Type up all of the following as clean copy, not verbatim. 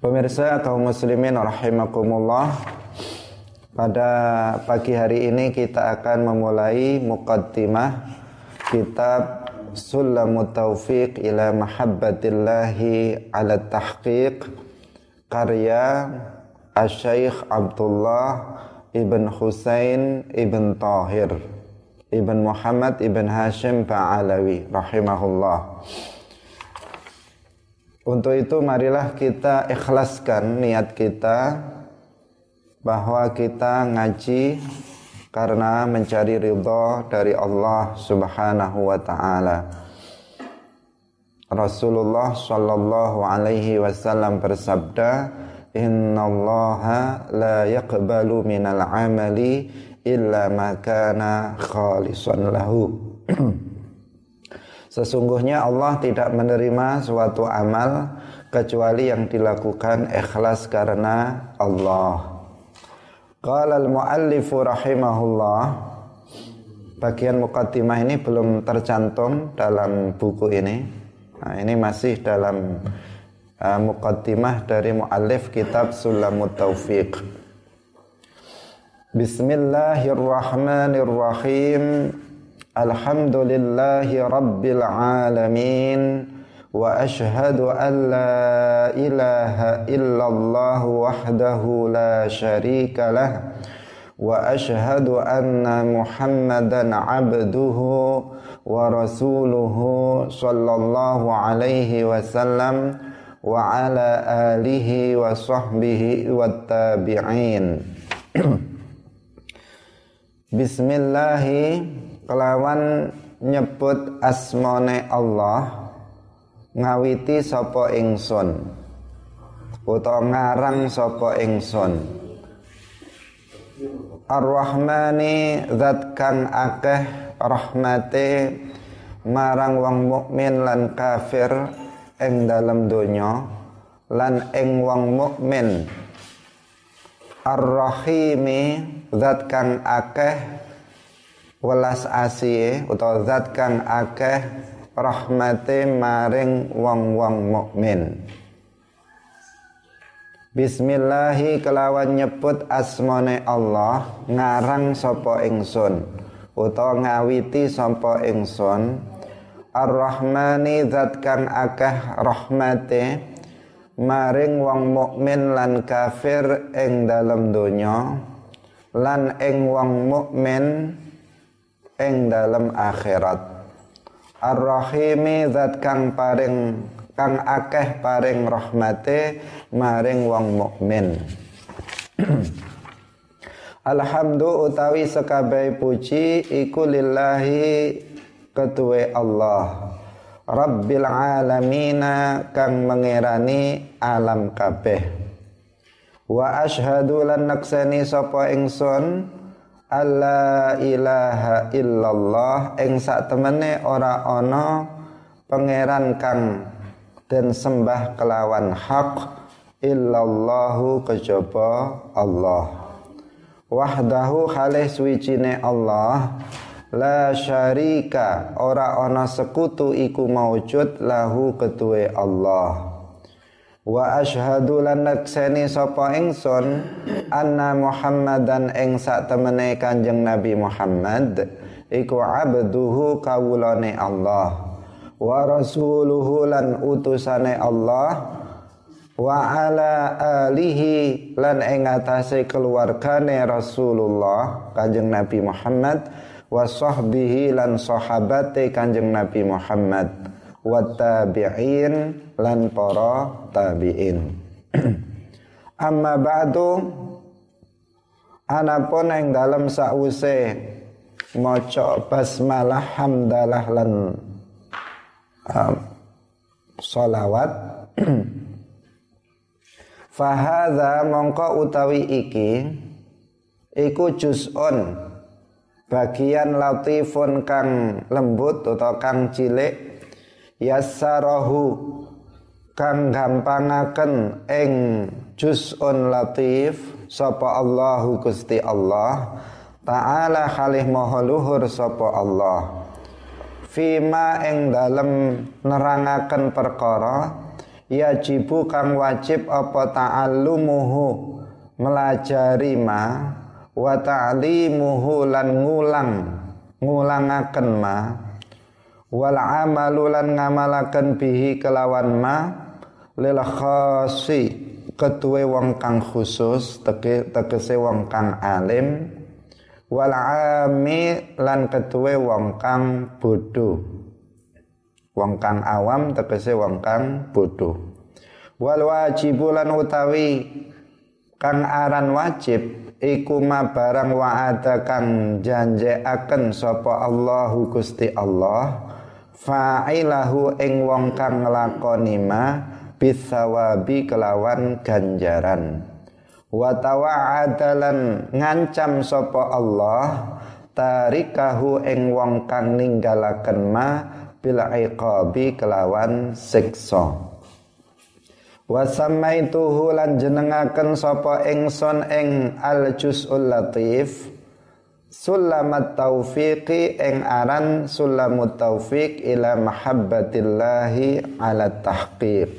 Pemirsa kaum muslimin rahimakumullah, pada pagi hari ini kita akan memulai muqaddimah kitab Sulamut Taufiq ila Mahabbatillahi ala Tahqiq karya Asy-Syaikh Abdullah ibn Husain ibn Tahir ibn Muhammad ibn Hashim Ba'alawi rahimahullah. Untuk itu marilah kita ikhlaskan niat kita bahwa kita ngaji karena mencari ridha dari Allah Subhanahu wa taala. Rasulullah sallallahu alaihi wasallam bersabda, "Innallaha la yaqbalu minal amali illa ma kana khalisan lahu." Sesungguhnya Allah tidak menerima suatu amal kecuali yang dilakukan ikhlas karena Allah. Qala al-muallifu rahimahullah. Bagian muqaddimah ini belum tercantum dalam buku ini. Nah, ini masih dalam muqaddimah dari muallif kitab Sulamut Taufiq. Bismillahirrahmanirrahim. Alhamdulillahi Rabbil Alamin. Wa ashhadu an la ilaha illallah wahdahu la sharika lah. Wa ashhadu anna Muhammadan abduhu wa rasuluhu sallallahu alaihi wasallam wa ala alihi wa sahbihi wat tabi'in. Bismillahi, kelawan nyebut asmane Allah ngawiti sapa ingsun utawa ngarang sapa ingsun. Ar-Rahmani, zat kang akeh rahmate marang wong mukmin lan kafir ing dalem donya lan ing wong mukmin. Ar-Rahimi, zat kang akeh welas asihe utawa zat kang akeh rahmate maring wong-wong mukmin. Bismillahi, kelawan nyebut asmane Allah ngarang sapa ingsun utawa ngawiti sapa ingsun. Ar-Rahmani, zat kang akeh rahmate maring wong mukmin lan kafir ing dalem donya lan ing wong mukmin ing dalam akhirat. Ar-Rahimi, zat kang akeh paring rahmate maring wong mukmin. Alhamdu utawi sekabehe puji iku lillahi ketuwe Allah Rabbil alamina kang mengerani alam kabeh. Wa ashhadu lan nakseni sapa ingsun alla ilaha illallah ing sak temene ora ana pangeran kang den sembah kelawan hak illallahu kejaba Allah. Wahdahu khalih suwijine Allah, la syarika ora ana sekutu iku maujud lahu ketuwe Allah. Wa ashhadu lan nakseni sapa ingsun anna Muhammadan ing sak temene Kanjeng Nabi Muhammad iku abduhu kawulane Allah wa rasuluhu lan utusane Allah wa ala alihi lan ing atase keluargane Rasulullah Kanjeng Nabi Muhammad wa sahbihi lan sahabate Kanjeng Nabi Muhammad wa tabi'in lan para tabi'in. Amma ba'du, anapun ing dalem sause maca basmalah hamdalah lan sholawat fahadha mongko utawi iki iku juz'un bagian latifun kang lembut atau kang cilik yassarahu kang gampangaken ing juz'un latif sapa Allahu Gusti Allah ta'ala khalih maha luhur sapa Allah fima ing dalem nerangaken perkara yajibu kang wajib apa ta'allumuhu melajari ma wa ta'limuhu lan ngulangaken ma wal amalu lan ngamalaken bihi kelawan ma lil khasi ketuwe wong kang khusus tegese wong kang alim wal ami lan ketuwe wong kang bodho wong kang awam tegese wong kang bodho wal wajibu lan utawi kang aran wajib iku ma barang wa'ada kang janjekaken sapa Allahu Gusti Allah fa'ilahu ing wong kang nglakoni ma bisawabi kelawan ganjaran wa tawa'adalan ngancam sapa Allah tarikahu ing wong kang ninggalaken ma bil iqabi kelawan siksa wa samaituhu lan jenengaken sapa ingsun ing al juz'ul latif sulamat taufiqi ing aran sulamut taufiq ila mahabbatillahi ala tahqiq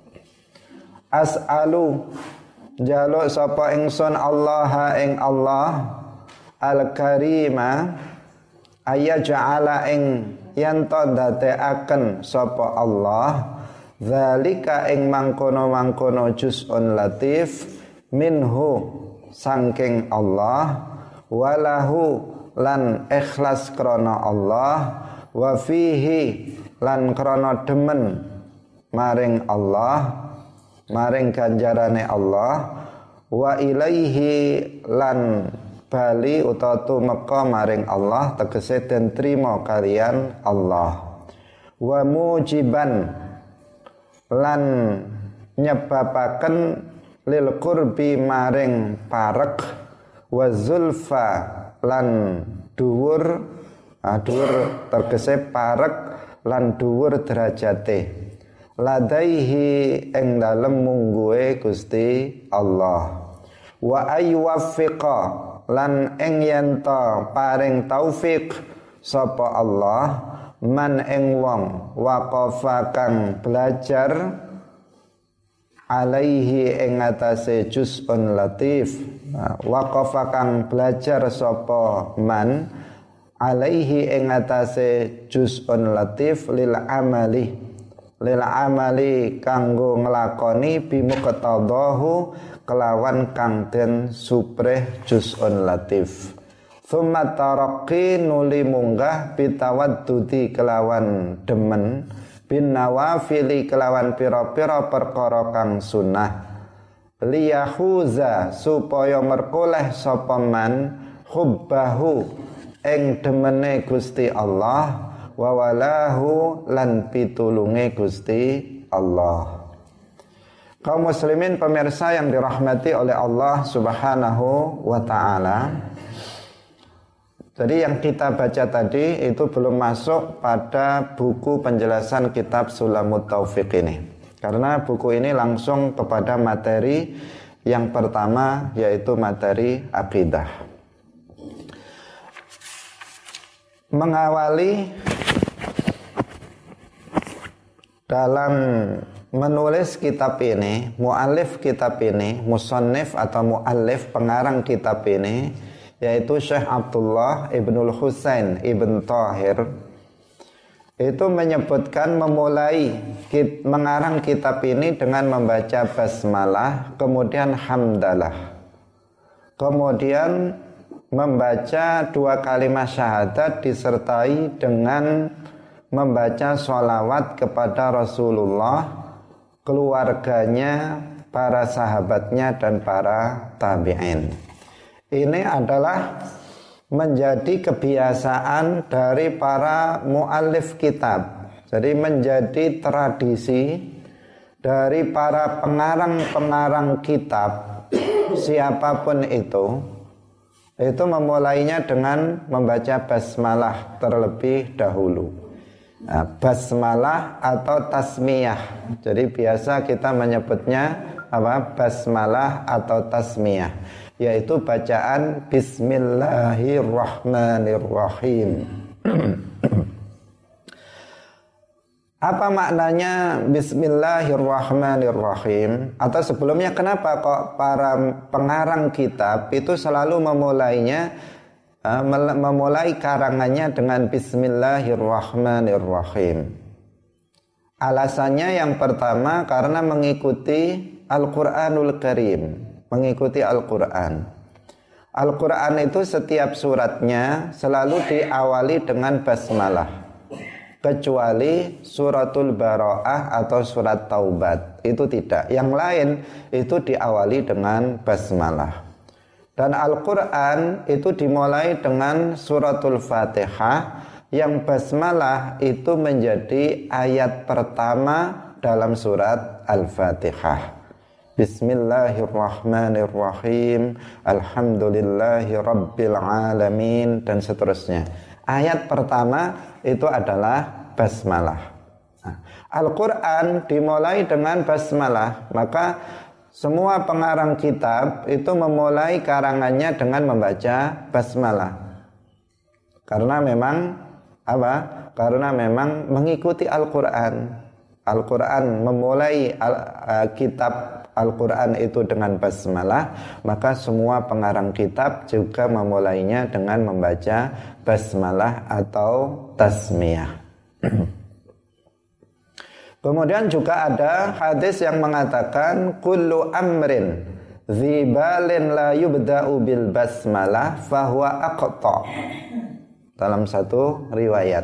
as'alu jaluk sapa ingsun Allah ing Allah al karima ayaj'ala ing yen to ndadekaken sapa Allah zalika ing mangkono-mangkono juz'un latif minhu saking Allah walahu lan ikhlas krana Allah wa fihi lan krana demen maring Allah maring ganjarane Allah wa ilaihi lan bali utawa tumeka maring Allah tegese den trima kalian Allah wa mujiban lan nyebabaken lil qurbi maring parek wa zulfa lan dhuwur tegese parek lan dhuwur derajate ladaihi ing dalem mungguhe Gusti Allah wa ayyuwaffiqa lan ing yen ta paring taufik sapa Allah man ing wong waqafa kang belajar alaihi ing atase juz'un latif waqafa kang belajar sapa man alaihi ing atase juz'un latif lil amali kanggo nglakoni bimuqtadahu kelawan kang den supreh juz'un latif thumma taraqi nuli munggah bitawaddudi kelawan demen bin nawafili kelawan pira-pira perkara kang sunah liyahuza supaya merkoleh sapa man hubbahu ing demene Gusti Allah wa walahu lan pitulunge Gusti Allah. Kaum muslimin pemirsa yang dirahmati oleh Allah Subhanahu wa taala. Jadi yang kita baca tadi itu belum masuk pada buku penjelasan kitab Sulamut Taufiq ini. Karena buku ini langsung kepada materi yang pertama yaitu materi akidah. Mengawali dalam menulis kitab ini, mu'allif kitab ini, musannif atau mu'allif pengarang kitab ini yaitu Syekh Abdullah Ibnul Husain Ibn Thahir itu menyebutkan memulai mengarang kitab ini dengan membaca basmalah kemudian hamdalah kemudian membaca 2 kalimat syahadat disertai dengan membaca sholawat kepada Rasulullah, keluarganya, para sahabatnya dan para tabi'in. Ini adalah menjadi kebiasaan dari para mu'allif kitab. Jadi menjadi tradisi dari para pengarang-pengarang kitab siapapun itu memulainya dengan membaca basmalah terlebih dahulu. Nah, basmalah atau tasmiyah. Jadi biasa kita menyebutnya apa? Basmalah atau tasmiyah, yaitu bacaan Bismillahirrahmanirrahim. Apa maknanya Bismillahirrahmanirrahim? Atau sebelumnya kenapa kok para pengarang kitab itu selalu memulai karangannya dengan Bismillahirrahmanirrahim? Alasannya yang pertama karena mengikuti Al-Quranul Karim, mengikuti Al-Quran. Al-Quran itu setiap suratnya selalu diawali dengan basmalah, kecuali suratul Bara'ah atau surat Taubat, itu tidak. Yang lain itu diawali dengan basmalah. Dan Al-Quran itu dimulai dengan suratul Fatihah, yang basmalah itu menjadi ayat pertama dalam surat Al-Fatihah. Bismillahirrahmanirrahim, alhamdulillahi rabbil alamin, dan seterusnya. Ayat pertama itu adalah basmalah. Al-Quran dimulai dengan basmalah, maka semua pengarang kitab itu memulai karangannya dengan membaca basmalah. Karena memang apa? Karena memang mengikuti Al-Quran. Al-Quran memulai kitab Al-Quran itu dengan basmalah, maka semua pengarang kitab juga memulainya dengan membaca basmalah atau tasmiyah. Kemudian juga ada hadis yang mengatakan kullu amrin dzibalin la yubda'u bil basmalah fahuwa aqta. Dalam satu riwayat,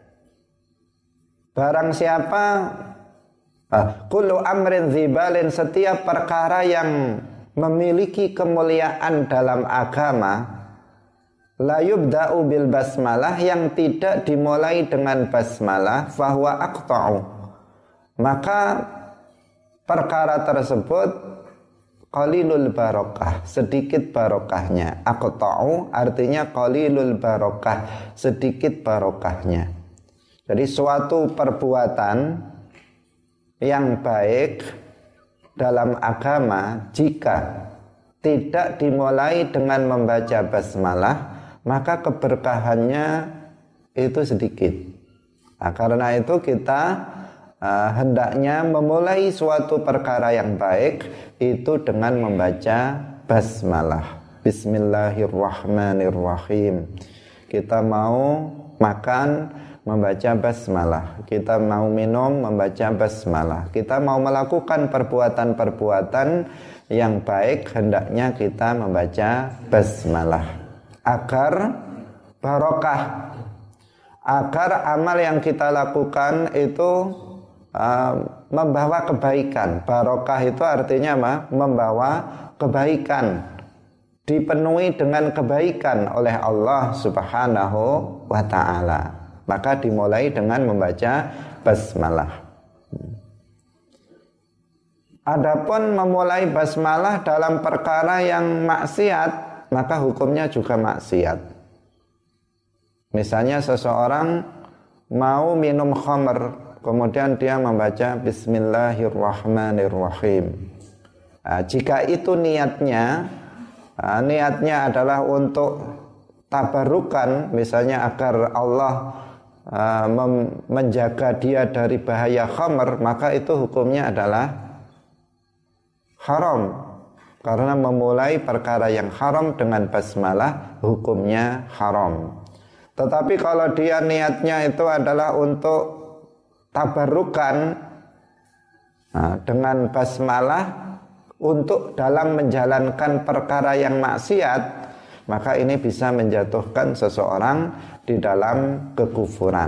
barang siapa kullu amrin dzibalin, setiap perkara yang memiliki kemuliaan dalam agama, la yubda'u bil basmalah, yang tidak dimulai dengan basmalah, fahuwa aqta'u, maka perkara tersebut qalilul barokah, sedikit barokahnya. Aqta'u artinya qalilul barokah, sedikit barokahnya. Jadi suatu perbuatan yang baik dalam agama jika tidak dimulai dengan membaca basmalah, maka keberkahannya itu sedikit. Nah, karena itu kita hendaknya memulai suatu perkara yang baik itu dengan membaca basmalah. Bismillahirrahmanirrahim. Kita mau makan, membaca basmalah. Kita mau minum, membaca basmalah. Kita mau melakukan perbuatan-perbuatan yang baik, hendaknya kita membaca basmalah agar barokah, agar amal yang kita lakukan itu membawa kebaikan. Barokah itu artinya apa? Membawa kebaikan, dipenuhi dengan kebaikan oleh Allah Subhanahu wa ta'ala. Maka dimulai dengan membaca basmalah. Adapun memulai basmalah dalam perkara yang maksiat, maka hukumnya juga maksiat. Misalnya seseorang mau minum khamr, kemudian dia membaca Bismillahirrahmanirrahim. Jika itu niatnya adalah untuk tabarukan, misalnya agar Allah menjaga dia dari bahaya khamr, maka itu hukumnya adalah haram. Karena memulai perkara yang haram dengan basmalah hukumnya haram. Tetapi kalau dia niatnya itu adalah untuk tabarukan dengan basmalah untuk dalam menjalankan perkara yang maksiat, maka ini bisa menjatuhkan seseorang di dalam kekufuran.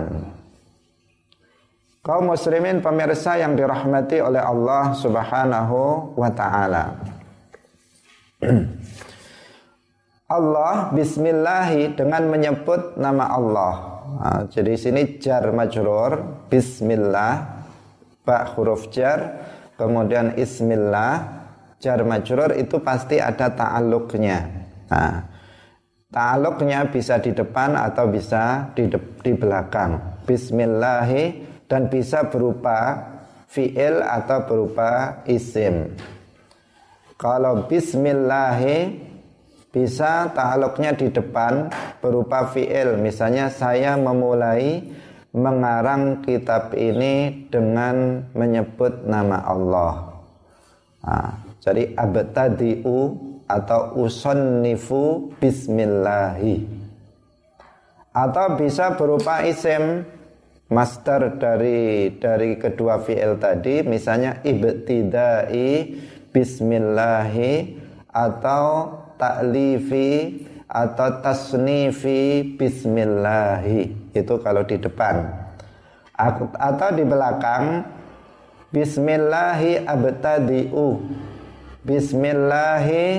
Kaum muslimin pemirsa yang dirahmati oleh Allah Subhanahu wa ta'ala, Allah bismillahi dengan menyebut nama Allah. Jadi sini jar majrur, bismillah, ba huruf jar, kemudian ismillah, jar majrur itu pasti ada ta'alluqnya. Ta'alluqnya bisa di depan atau bisa di belakang. Bismillahi, dan bisa berupa fi'il atau berupa isim. Kalau bismillahi bisa ta'alluqnya di depan berupa fi'il. Misalnya saya memulai mengarang kitab ini dengan menyebut nama Allah. Jadi abtadi'u atau usannifu bismillahi. Atau bisa berupa isim masdar dari kedua fi'il tadi, misalnya ibtidai bismillahi atau ta'lifi atau tasnifi bismillahi. Itu kalau di depan. Atau di belakang, bismillahi abtadi'u, bismillahi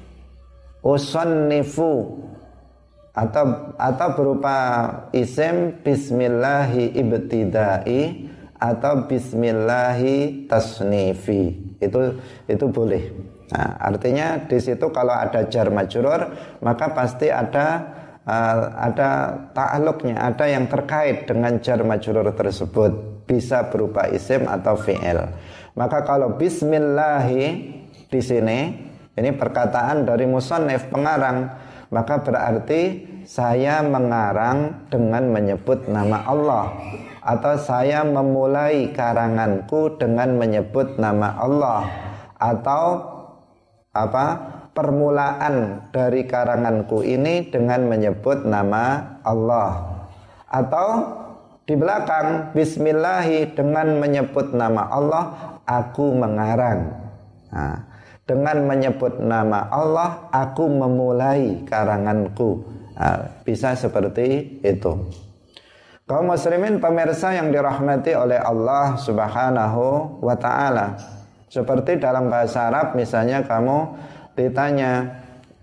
usannifu, atau berupa isim bismillahi ibtidai atau bismillahi tasnifi. Itu boleh. Nah, artinya di situ kalau ada jar majrur maka pasti ada ta'alluqnya, ada yang terkait dengan jar majrur tersebut, bisa berupa isim atau fi'il. Maka kalau bismillahi di sini, ini perkataan dari musannif pengarang, maka berarti saya mengarang dengan menyebut nama Allah, atau saya memulai karanganku dengan menyebut nama Allah, atau permulaan dari karanganku ini dengan menyebut nama Allah, atau di belakang bismillahi dengan menyebut nama Allah aku mengarang. Dengan menyebut nama Allah aku memulai karanganku. Bisa seperti itu. Kaum muslimin pemirsa yang dirahmati oleh Allah Subhanahu wa ta'ala, seperti dalam bahasa Arab misalnya kamu ditanya,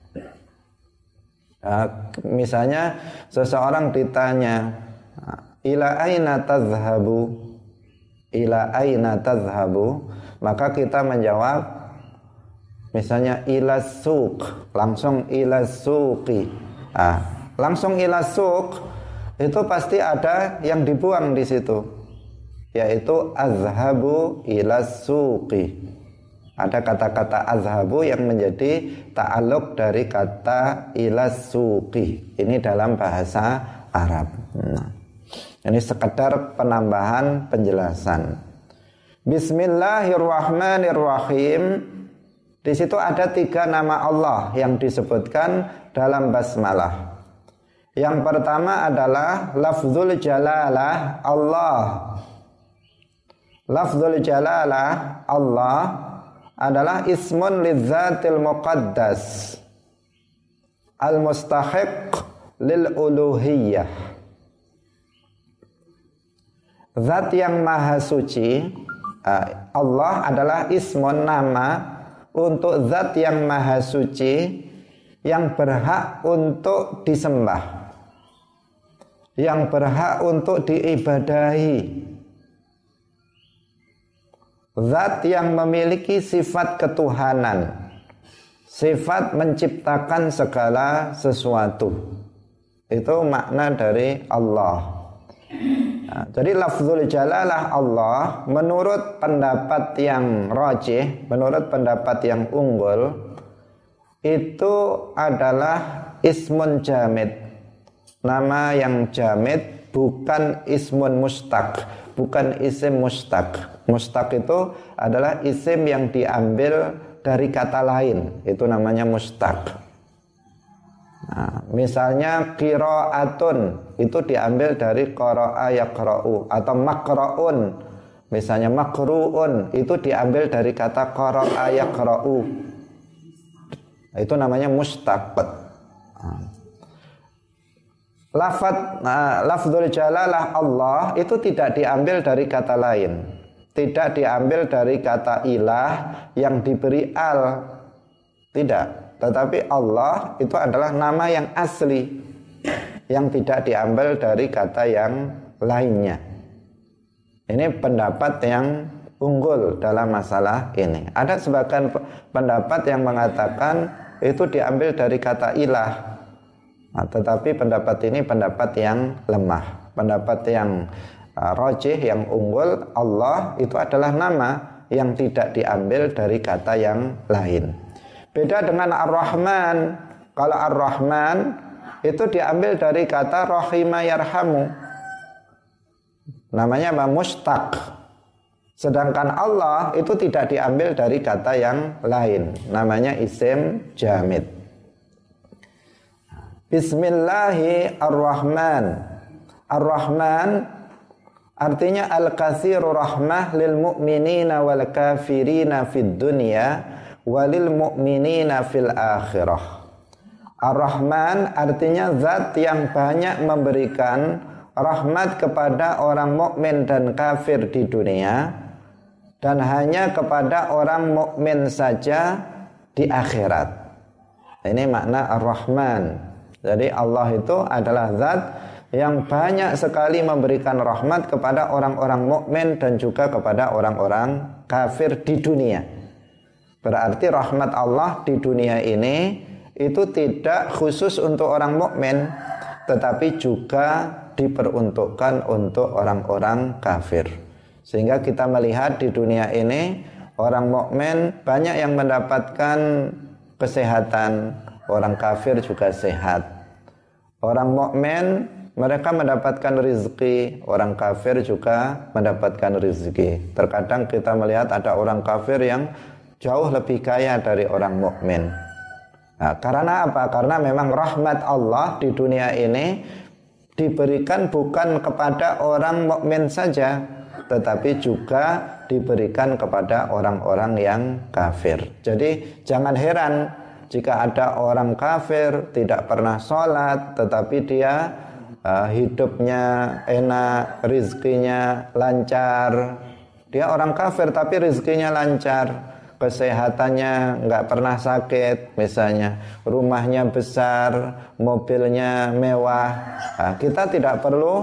misalnya seseorang ditanya, ila aina tadhhabu, ila aina tadhhabu, maka kita menjawab misalnya ila suq, langsung ila suqi. Langsung ila suq itu pasti ada yang dibuang di situ, yaitu azhabu ila suqi. Ada kata-kata azhabu yang menjadi ta'alluq dari kata ila suqi. Ini dalam bahasa Arab. Ini sekedar penambahan penjelasan. Bismillahirrahmanirrahim. Di situ ada 3 nama Allah yang disebutkan dalam basmalah. Yang pertama adalah lafzul jalalah Allah. Lafzul jalalah Allah adalah ismun lidzatil muqaddas al-mustahiq lil uluhiyah. Zat yang maha suci, Allah adalah ismun, nama untuk zat yang maha suci yang berhak untuk disembah, yang berhak untuk diibadahi, zat yang memiliki sifat ketuhanan, sifat menciptakan segala sesuatu. Itu makna dari Allah. Jadi lafzul jalalah Allah menurut pendapat yang rajih, menurut pendapat yang unggul, itu adalah ismun jamid, nama yang jamid, bukan ismun mustaq, bukan isim mustaq. Mustaq itu adalah isim yang diambil dari kata lain, itu namanya mustaq. Misalnya qiraatun itu diambil dari qara'a yaqra'u, atau makra'un, misalnya makru'un itu diambil dari kata qara'a yaqra'u, itu namanya mustaq. Lafzul jalalah Allah itu tidak diambil dari kata lain, tidak diambil dari kata ilah yang diberi al, tidak. Tetapi Allah itu adalah nama yang asli, yang tidak diambil dari kata yang lainnya. Ini pendapat yang unggul dalam masalah ini. Ada sebagian pendapat yang mengatakan itu diambil dari kata ilah. Tetapi pendapat ini pendapat yang lemah. Pendapat yang rajih, yang unggul, Allah itu adalah nama yang tidak diambil dari kata yang lain. Beda dengan Ar-Rahman. Kalau Ar-Rahman itu diambil dari kata rahima yarhamu. Namanya apa? Mustaq. Sedangkan Allah itu tidak diambil dari kata yang lain. Namanya isim jamid. Bismillahirrahman. Ar-Rahman artinya al-katsiru rahmah lil mu'minina wal kafirina fid dunya walil mu'minina fil akhirah. Ar-Rahman artinya zat yang banyak memberikan rahmat kepada orang mukmin dan kafir di dunia dan hanya kepada orang mukmin saja di akhirat. Ini makna Ar-Rahman. Jadi Allah itu adalah zat yang banyak sekali memberikan rahmat kepada orang-orang mukmin dan juga kepada orang-orang kafir di dunia. Berarti rahmat Allah di dunia ini itu tidak khusus untuk orang mukmin, tetapi juga diperuntukkan untuk orang-orang kafir. Sehingga kita melihat di dunia ini orang mukmin banyak yang mendapatkan kesehatan, orang kafir juga sehat. Orang mukmin mereka mendapatkan rezeki, orang kafir juga mendapatkan rezeki. Terkadang kita melihat ada orang kafir yang jauh lebih kaya dari orang mukmin. Nah, karena apa? Karena memang rahmat Allah di dunia ini diberikan bukan kepada orang mukmin saja, tetapi juga diberikan kepada orang-orang yang kafir. Jadi jangan heran jika ada orang kafir tidak pernah sholat, tetapi dia hidupnya enak, rezekinya lancar. Dia orang kafir tapi rezekinya lancar, kesehatannya nggak pernah sakit, misalnya rumahnya besar, mobilnya mewah. Nah, kita tidak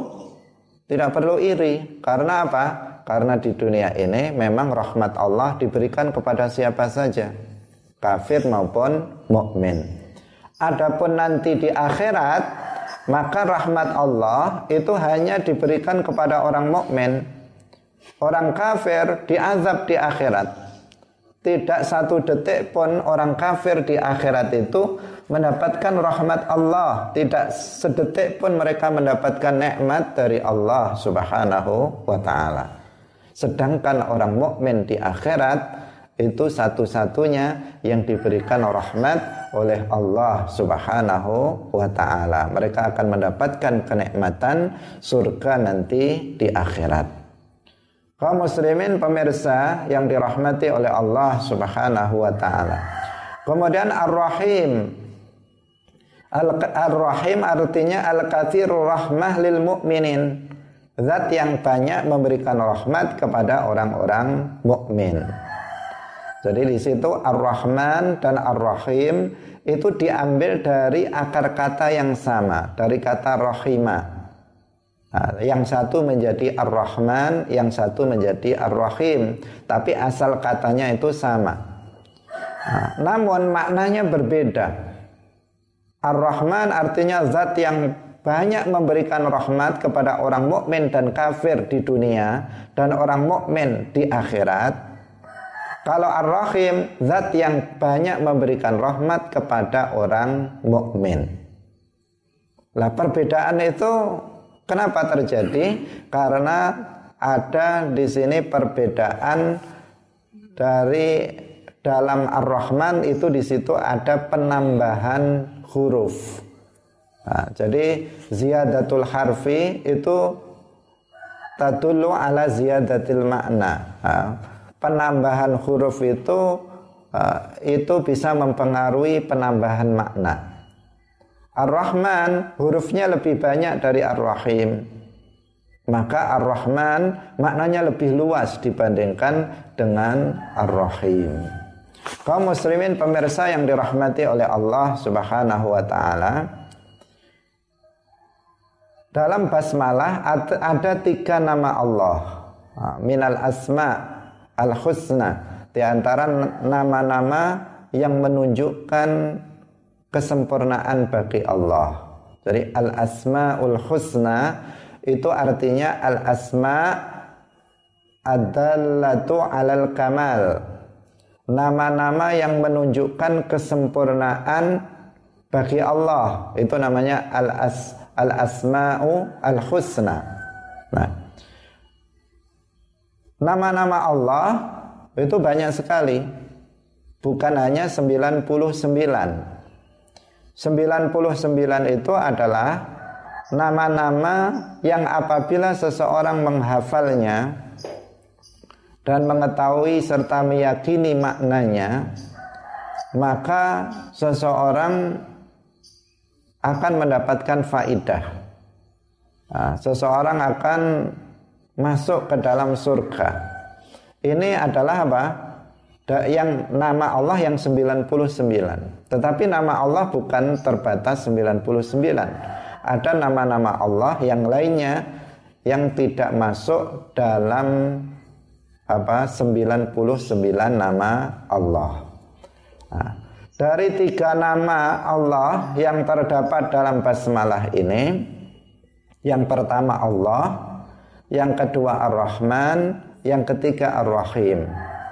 perlu iri. Karena apa? Karena di dunia ini memang rahmat Allah diberikan kepada siapa saja, kafir maupun mukmin. Adapun nanti di akhirat, maka rahmat Allah itu hanya diberikan kepada orang mukmin. Orang kafir diazab di akhirat. Tidak satu detik pun orang kafir di akhirat itu mendapatkan rahmat Allah. Tidak sedetik pun mereka mendapatkan nikmat dari Allah Subhanahu wa ta'ala. Sedangkan orang mukmin di akhirat itu satu-satunya yang diberikan rahmat oleh Allah Subhanahu wa ta'ala. Mereka akan mendapatkan kenikmatan surga nanti di akhirat. Kaum muslimin pemirsa yang dirahmati oleh Allah Subhanahu wa ta'ala. Kemudian Ar-Rahim. Ar-Rahim artinya al-katsirur rahmah lil mu'minin. Zat yang banyak memberikan rahmat kepada orang-orang mukmin. Jadi di situ Ar-Rahman dan Ar-Rahim itu diambil dari akar kata yang sama, dari kata rahimah. Nah, yang satu menjadi Ar-Rahman, yang satu menjadi Ar-Rahim, tapi asal katanya itu sama. Nah, namun maknanya berbeda. Ar-Rahman artinya zat yang banyak memberikan rahmat kepada orang mukmin dan kafir di dunia dan orang mukmin di akhirat. Kalau Ar-Rahim zat yang banyak memberikan rahmat kepada orang mukmin. Lah perbedaan itu kenapa terjadi? Karena ada di sini perbedaan dari dalam Ar-Rahman itu di situ ada penambahan huruf. Nah, jadi ziyadatul harfi itu tadullu ala ziyadatil makna. Nah, penambahan huruf itu bisa mempengaruhi penambahan makna. Ar-Rahman hurufnya lebih banyak dari Ar-Rahim. Maka Ar-Rahman maknanya lebih luas dibandingkan dengan Ar-Rahim. Kaum muslimin pemirsa yang dirahmati oleh Allah Subhanahu wa ta'ala, dalam basmalah ada 3 nama Allah. Minal asma al-husna, di antara nama-nama yang menunjukkan kesempurnaan bagi Allah. Jadi al-asmaul husna itu artinya al-asma adallatu alal kamal, nama-nama yang menunjukkan kesempurnaan bagi Allah. Itu namanya al-asma'u al-husna. Nah, Nama-nama Allah itu banyak sekali. Bukan hanya 99. 99 itu adalah nama-nama yang apabila seseorang menghafalnya dan mengetahui serta meyakini maknanya, maka seseorang akan mendapatkan faidah. Seseorang akan masuk ke dalam surga. Ini adalah apa? Yang nama Allah yang 99. Tetapi nama Allah bukan terbatas 99. Ada nama-nama Allah yang lainnya yang tidak masuk dalam 99 nama Allah. Dari 3 nama Allah yang terdapat dalam basmalah ini, yang pertama Allah, yang kedua Ar-Rahman, yang ketiga Ar-Rahim.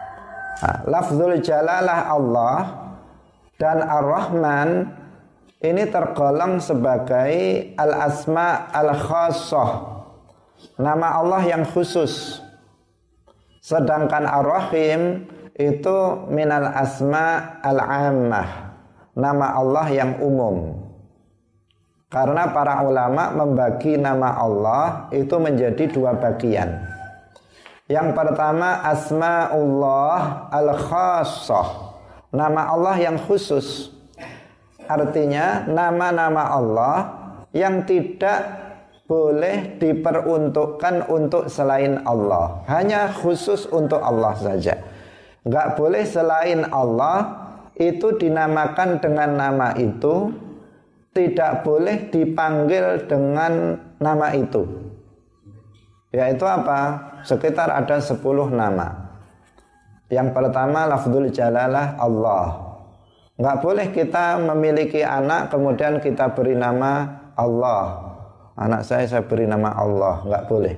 Lafzul jalalah Allah dan Ar-Rahman ini tergolong sebagai al-asma al-khassah, nama Allah yang khusus. Sedangkan Ar-Rahim itu minal asma al-ammah, nama Allah yang umum. Karena para ulama membagi nama Allah itu menjadi 2 bagian. Yang pertama asma'ullah al-khassah, nama Allah yang khusus. Artinya nama-nama Allah yang tidak boleh diperuntukkan untuk selain Allah, hanya khusus untuk Allah saja. Enggak boleh selain Allah itu dinamakan dengan nama itu, tidak boleh dipanggil dengan nama itu. Yaitu apa? Sekitar ada 10 nama. Yang pertama lafzul jalalah Allah. Enggak boleh kita memiliki anak kemudian kita beri nama Allah. Anak saya beri nama Allah, enggak boleh.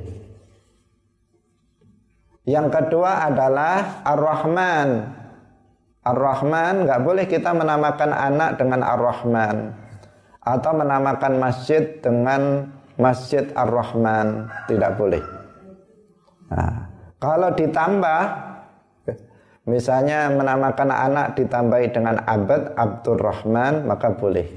Yang kedua adalah Ar-Rahman. Ar-Rahman enggak boleh kita menamakan anak dengan Ar-Rahman atau menamakan masjid dengan Masjid Ar-Rahman, tidak boleh. Kalau ditambah, misalnya menamakan anak ditambahi dengan Abdurrahman, maka boleh.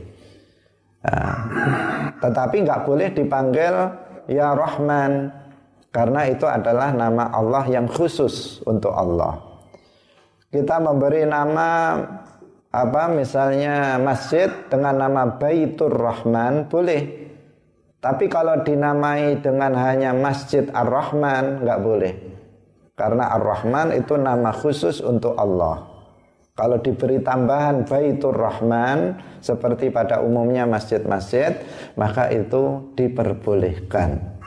Tetapi nggak boleh dipanggil Ya Rahman, karena itu adalah nama Allah yang khusus untuk Allah. Kita memberi nama misalnya masjid dengan nama Baitur Rahman boleh. Tapi kalau dinamai dengan hanya Masjid Ar-Rahman nggak boleh. Karena Ar-Rahman itu nama khusus untuk Allah. Kalau diberi tambahan Baitur Rahman seperti pada umumnya masjid-masjid, maka itu diperbolehkan.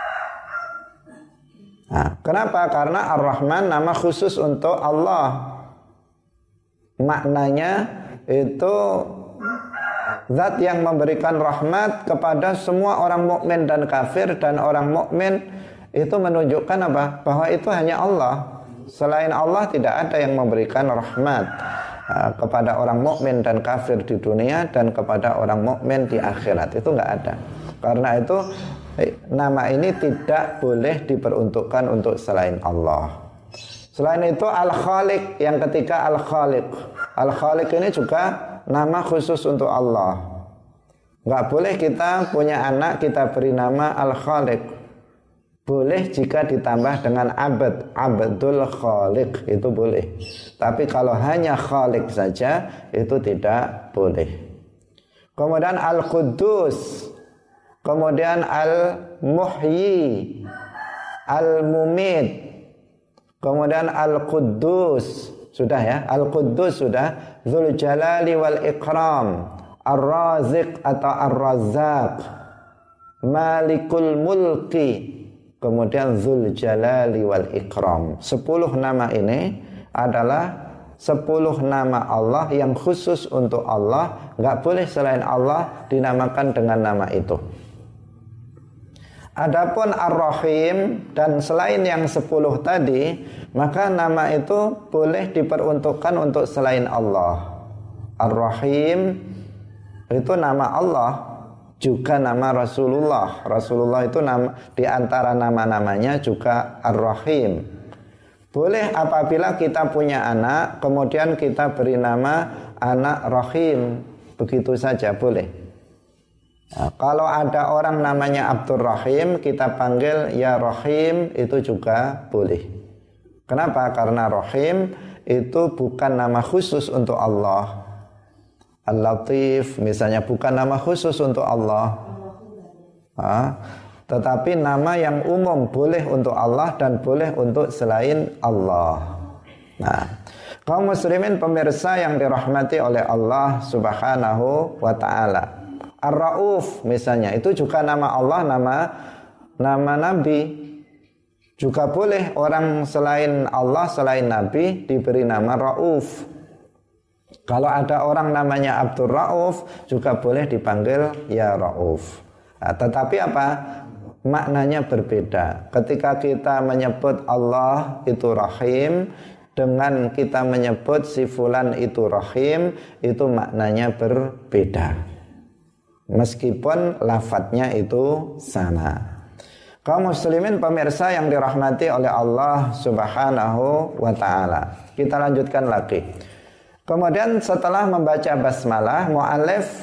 Kenapa? Karena Ar-Rahman nama khusus untuk Allah. Maknanya itu zat yang memberikan rahmat kepada semua orang mukmin dan kafir, dan orang mukmin itu menunjukkan apa? Bahwa itu hanya Allah. Selain Allah tidak ada yang memberikan rahmat kepada orang mukmin dan kafir di dunia dan kepada orang mukmin di akhirat. Itu enggak ada. Karena itu nama ini tidak boleh diperuntukkan untuk selain Allah. Selain itu Al-Khaliq, yang ketiga Al-Khaliq. Al-Khaliq ini juga nama khusus untuk Allah. Enggak boleh kita punya anak kita beri nama Al-Khaliq. Boleh jika ditambah dengan Abdul Khaliq, itu boleh. Tapi kalau hanya Khaliq saja itu tidak boleh. Kemudian Al-Quddus, kemudian Al-Muhyi, Al-Mumit, kemudian Al-Quddus. Sudah ya, Al-Quddus sudah. Dzul Jalali wal Ikram, Ar-Raziq atau Ar-Razzaq, Malikul Mulki, kemudian Dzul Jalali wal Ikram. 10 nama ini adalah 10 nama Allah yang khusus untuk Allah. Enggak boleh selain Allah dinamakan dengan nama itu. Adapun Ar-Rahim dan selain yang 10 tadi, maka nama itu boleh diperuntukkan untuk selain Allah. Ar-Rahim itu nama Allah, juga nama Rasulullah. Rasulullah itu nama, di antara nama-namanya juga Ar-Rahim. Boleh apabila kita punya anak, kemudian kita beri nama anak Rahim, begitu saja boleh. Nah, kalau ada orang namanya Abdur Rahim, kita panggil ya Rahim, itu juga boleh. Kenapa? Karena Rahim itu bukan nama khusus untuk Allah. Al-Latif misalnya bukan nama khusus untuk Allah. Tetapi nama yang umum, boleh untuk Allah dan boleh untuk selain Allah. Nah, kaum muslimin pemirsa yang dirahmati oleh Allah Subhanahu wa taala. Ar-Rauf misalnya, itu juga nama Allah, nama Nabi. Juga boleh orang selain Allah, selain Nabi diberi nama Rauf. Kalau ada orang namanya Abdur Rauf, juga boleh dipanggil ya Rauf. Nah, tetapi apa? Maknanya berbeda. Ketika kita menyebut Allah itu Rahim, dengan kita menyebut si fulan itu Rahim, itu maknanya berbeda. Meskipun lafadznya itu sama. Kaum muslimin pemirsa yang dirahmati oleh Allah Subhanahu wa taala. Kita lanjutkan lagi. Kemudian setelah membaca basmalah, mu'allif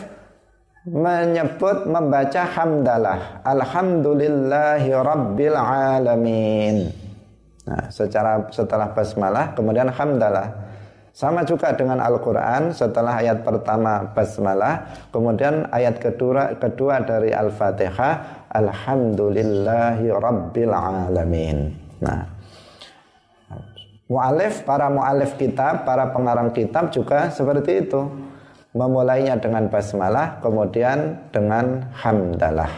membaca hamdalah, alhamdulillahi rabbil alamin. Nah, setelah basmalah kemudian hamdalah. Sama juga dengan Al-Quran, setelah ayat pertama basmalah, kemudian ayat kedua dari Al-Fatihah, alhamdulillahi rabbil alamin. Nah, para mu'alif kitab, para pengarang kitab juga seperti itu. Memulainya dengan basmalah, kemudian dengan hamdalah.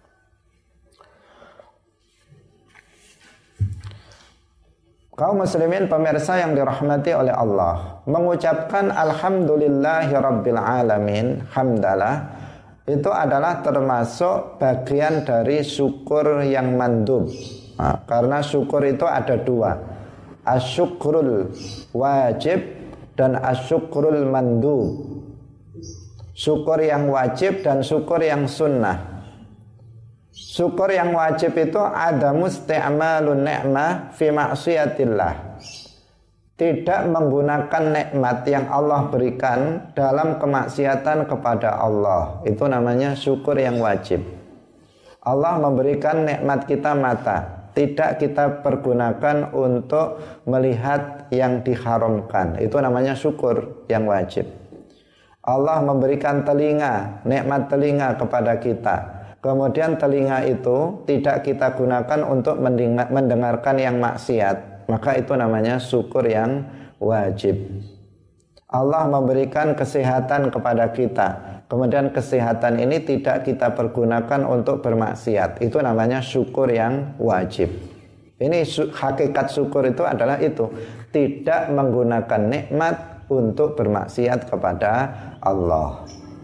Kaum muslimin pemirsa yang dirahmati oleh Allah, mengucapkan alhamdulillahi rabbil alamin, hamdalah, itu adalah termasuk bagian dari syukur yang mandub. Nah, karena syukur itu ada dua, asyukrul wajib dan asyukrul mandub. Syukur yang wajib dan syukur yang sunnah. Syukur yang wajib itu ada musti'malun ni'mah fi ma'siyatillah. Tidak menggunakan nikmat yang Allah berikan dalam kemaksiatan kepada Allah. Itu namanya syukur yang wajib. Allah memberikan nikmat kita mata, tidak kita pergunakan untuk melihat yang diharamkan. Itu namanya syukur yang wajib. Allah memberikan telinga, nikmat telinga kepada kita. Kemudian telinga itu tidak kita gunakan untuk mendengarkan yang maksiat. Maka itu namanya syukur yang wajib. Allah memberikan kesehatan kepada kita. Kemudian kesehatan ini tidak kita pergunakan untuk bermaksiat. Itu namanya syukur yang wajib. Ini hakikat syukur itu adalah itu. Tidak menggunakan nikmat untuk bermaksiat kepada Allah.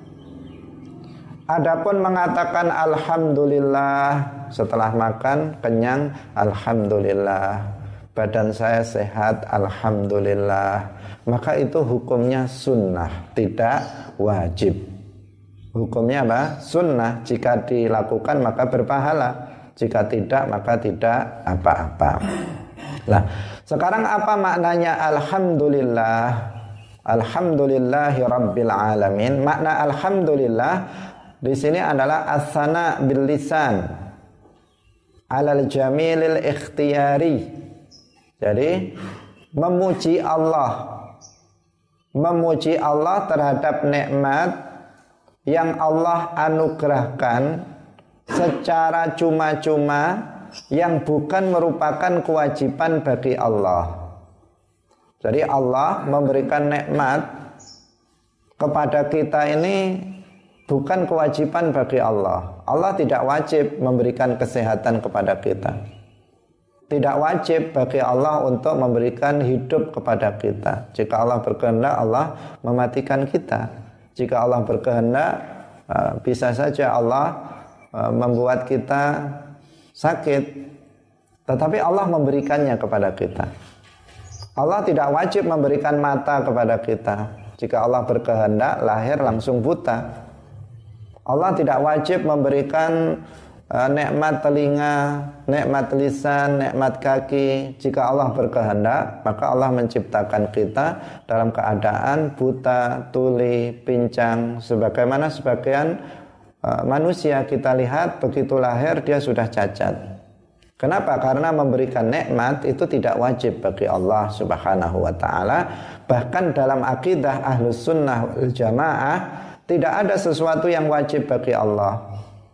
Adapun mengatakan alhamdulillah setelah makan kenyang, alhamdulillah, badan saya sehat, alhamdulillah, maka itu hukumnya sunnah, tidak wajib. Hukumnya apa? Sunnah. Jika dilakukan maka berpahala, jika tidak maka tidak apa-apa. Nah, sekarang apa maknanya alhamdulillah? Alhamdulillahi rabbil alamin. Makna alhamdulillah di sini adalah as-sana bil lisan alal jamilil ikhtiyari. Jadi memuji Allah terhadap nikmat yang Allah anugerahkan secara cuma-cuma, yang bukan merupakan kewajiban bagi Allah. Jadi Allah memberikan nikmat kepada kita ini bukan kewajiban bagi Allah. Allah tidak wajib memberikan kesehatan kepada kita. Tidak wajib bagi Allah untuk memberikan hidup kepada kita. Jika Allah berkehendak, Allah mematikan kita. Jika Allah berkehendak, bisa saja Allah membuat kita sakit. Tetapi Allah memberikannya kepada kita. Allah tidak wajib memberikan mata kepada kita. Jika Allah berkehendak, lahir langsung buta. Allah tidak wajib memberikan nikmat telinga, nikmat lisan, nikmat kaki. Jika Allah berkehendak, maka Allah menciptakan kita dalam keadaan buta, tuli, pincang. Sebagaimana sebagian manusia kita lihat begitu lahir dia sudah cacat. Kenapa? Karena memberikan nikmat itu tidak wajib bagi Allah Subhanahu wa ta'ala. Bahkan dalam akidah Ahlus Sunnah wal Jamaah tidak ada sesuatu yang wajib bagi Allah.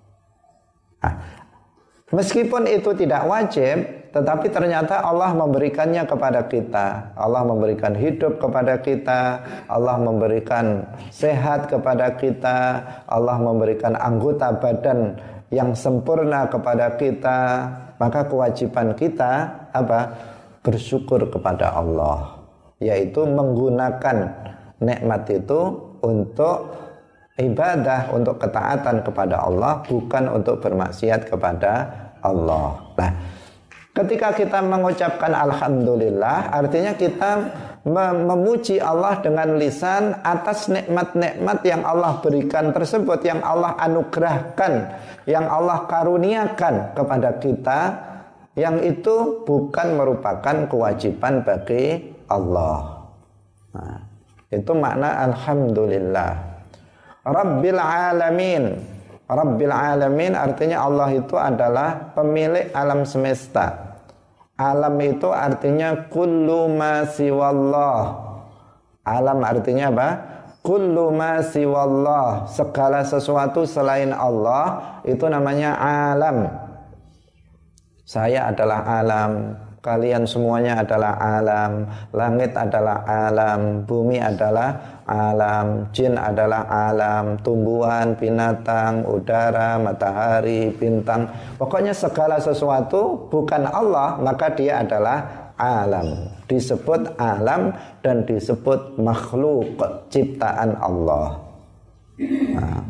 Meskipun itu tidak wajib, tetapi ternyata Allah memberikannya kepada kita. Allah memberikan hidup kepada kita, Allah memberikan sehat kepada kita, Allah memberikan anggota badan yang sempurna kepada kita. Maka kewajiban kita apa? Bersyukur kepada Allah, yaitu menggunakan nikmat itu untuk ibadah, untuk ketaatan kepada Allah, bukan untuk bermaksiat kepada Allah. Nah, ketika kita mengucapkan alhamdulillah, artinya kita memuji Allah dengan lisan atas nikmat-nikmat yang Allah berikan tersebut, yang Allah anugerahkan, yang Allah karuniakan kepada kita, yang itu bukan merupakan kewajiban bagi Allah. Nah, itu makna alhamdulillah. Rabbil alamin. Rabbil alamin artinya Allah itu adalah pemilik alam semesta. Alam itu artinya kullu ma siwallah. Alam artinya apa? Kullu ma siwallah. Segala sesuatu selain Allah itu namanya alam. Saya adalah alam, kalian semuanya adalah alam, langit adalah alam, bumi adalah alam, jin adalah alam, tumbuhan, binatang, udara, matahari, bintang. Pokoknya segala sesuatu bukan Allah, maka dia adalah alam. Disebut alam dan disebut makhluk, ciptaan Allah. Nah,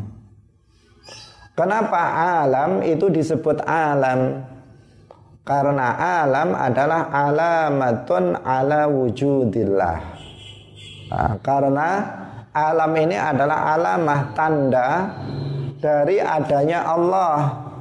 kenapa alam itu disebut alam? Karena alam adalah alamatun ala wujudillah. Nah, karena alam ini adalah alamah, tanda dari adanya Allah.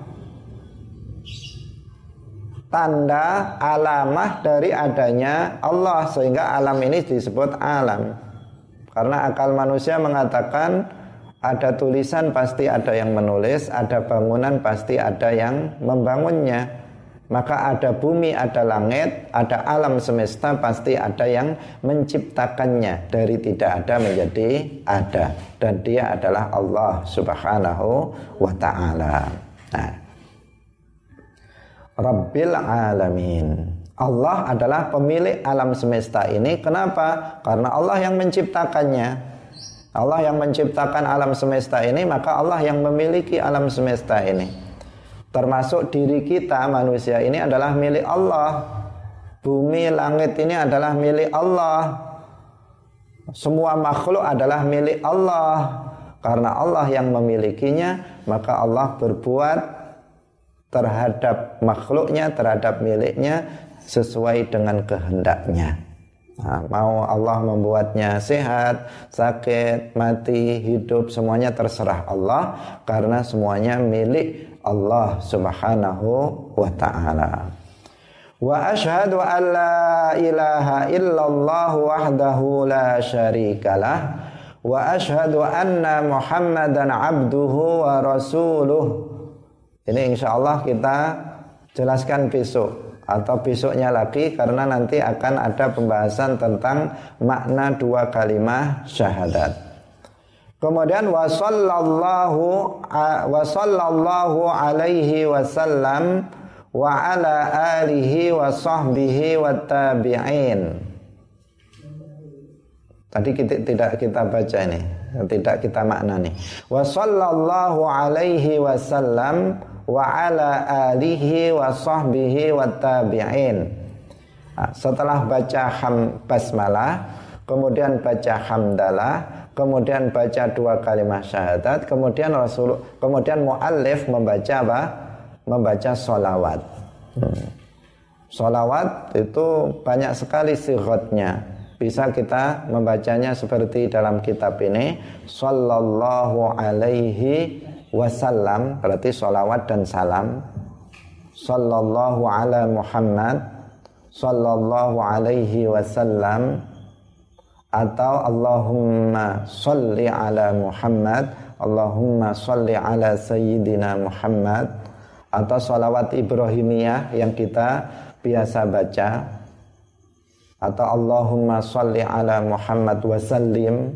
Tanda alamah dari adanya Allah, sehingga alam ini disebut alam. Karena akal manusia mengatakan ada tulisan pasti ada yang menulis, ada bangunan pasti ada yang membangunnya. Maka ada bumi, ada langit, ada alam semesta, pasti ada yang menciptakannya. Dari tidak ada menjadi ada. Dan dia adalah Allah Subhanahu wa ta'ala. Nah, Rabbil alamin. Allah adalah pemilik alam semesta ini. Kenapa? Karena Allah yang menciptakannya. Allah yang menciptakan alam semesta ini, maka Allah yang memiliki alam semesta ini. Termasuk diri kita manusia ini adalah milik Allah. Bumi, langit ini adalah milik Allah. Semua makhluk adalah milik Allah. Karena Allah yang memilikinya, maka Allah berbuat terhadap makhluknya, terhadap miliknya sesuai dengan kehendaknya. Nah, mau Allah membuatnya sehat, sakit, mati, hidup, semuanya terserah Allah. Karena semuanya milik Allah Subhanahu wa ta'ala. Wa asyhadu an la ilaha illallah wahdahu la syarikalah wa asyhadu anna Muhammadan abduhu wa rasuluh. Ini insyaallah kita jelaskan besok atau besoknya lagi, karena nanti akan ada pembahasan tentang makna dua kalimat syahadat. Kemudian wa sallallahu alaihi wasallam wa ala alihi wa sahbihi wa tabi'in. Tadi tidak kita baca ini, tidak kita maknani. Wa sallallahu alaihi wasallam wa ala alihi wa sahbihi wa tabi'in. Setelah baca basmalah, kemudian baca hamdalah, kemudian baca dua kalimat syahadat, kemudian muallif membaca apa? Membaca sholawat. Sholawat itu banyak sekali sighatnya. Bisa kita membacanya seperti dalam kitab ini, sallallahu alaihi wasallam, berarti sholawat dan salam. Sallallahu ala Muhammad, sallallahu alaihi wasallam, atau Allahumma sholli ala Muhammad, Allahumma sholli ala Sayyidina Muhammad, atau sholawat Ibrahimiyah yang kita biasa baca, atau Allahumma sholli ala Muhammad wasallim.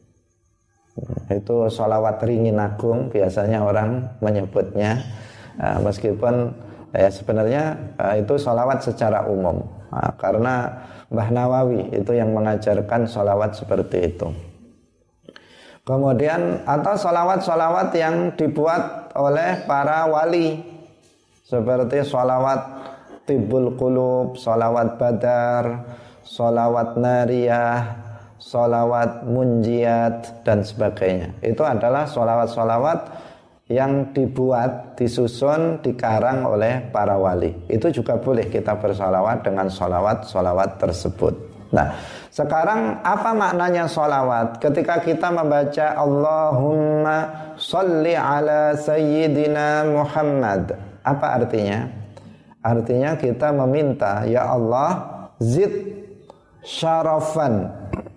Itu sholawat ringin agung biasanya orang menyebutnya, meskipun sebenarnya itu sholawat secara umum, karena Mbah Nawawi itu yang mengajarkan sholawat seperti itu. Kemudian atau sholawat-sholawat yang dibuat oleh para wali, seperti sholawat Tibbul Qulub, sholawat Badar, sholawat Nariyah, sholawat Munjiat, dan sebagainya. Itu adalah sholawat-sholawat yang dibuat, disusun, dikarang oleh para wali. Itu juga boleh kita bersholawat dengan sholawat-sholawat tersebut. Nah, sekarang apa maknanya sholawat? Ketika kita membaca Allahumma sholli ala Sayyidina Muhammad, apa artinya? Artinya kita meminta, ya Allah, zid syarafan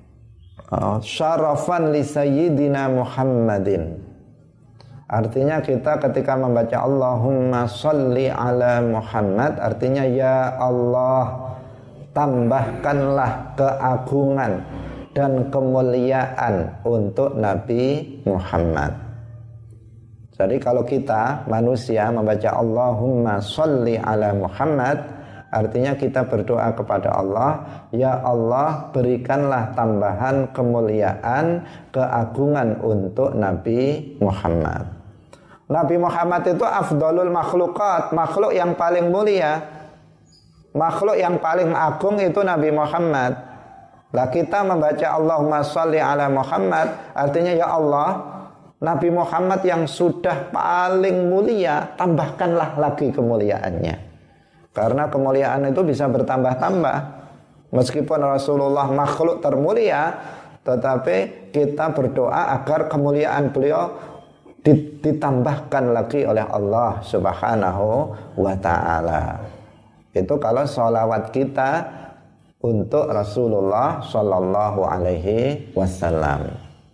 li Sayyidina Muhammadin. Artinya kita ketika membaca Allahumma sholli ala Muhammad, artinya ya Allah, tambahkanlah keagungan dan kemuliaan untuk Nabi Muhammad. Jadi kalau kita manusia membaca Allahumma sholli ala Muhammad, artinya kita berdoa kepada Allah, ya Allah, berikanlah tambahan kemuliaan, keagungan untuk Nabi Muhammad. Nabi Muhammad itu afdalul makhlukat, makhluk yang paling mulia, makhluk yang paling agung itu Nabi Muhammad. Lah kita membaca Allahumma sholli ala Muhammad, artinya ya Allah, Nabi Muhammad yang sudah paling mulia, tambahkanlah lagi kemuliaannya. Karena kemuliaan itu bisa bertambah-tambah. Meskipun Rasulullah makhluk termulia, tetapi kita berdoa agar kemuliaan beliau ditambahkan lagi oleh Allah Subhanahu wa ta'ala. Itu kalau sholawat kita untuk Rasulullah Sallallahu Alaihi Wasallam.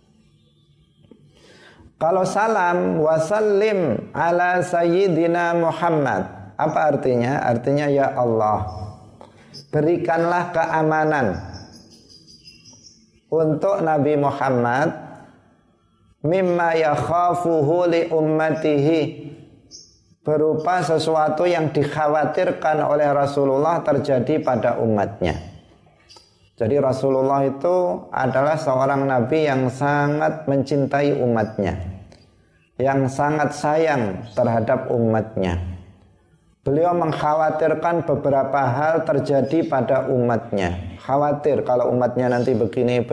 Kalau salam, wasallim ala Sayyidina Muhammad, apa artinya? Artinya ya Allah, berikanlah keamanan untuk Nabi Muhammad mimma yakhafuhu li ummatihi, berupa sesuatu yang dikhawatirkan oleh Rasulullah terjadi pada umatnya. Jadi Rasulullah itu adalah seorang nabi yang sangat mencintai umatnya, yang sangat sayang terhadap umatnya. Beliau mengkhawatirkan beberapa hal terjadi pada umatnya. Khawatir kalau umatnya nanti begini.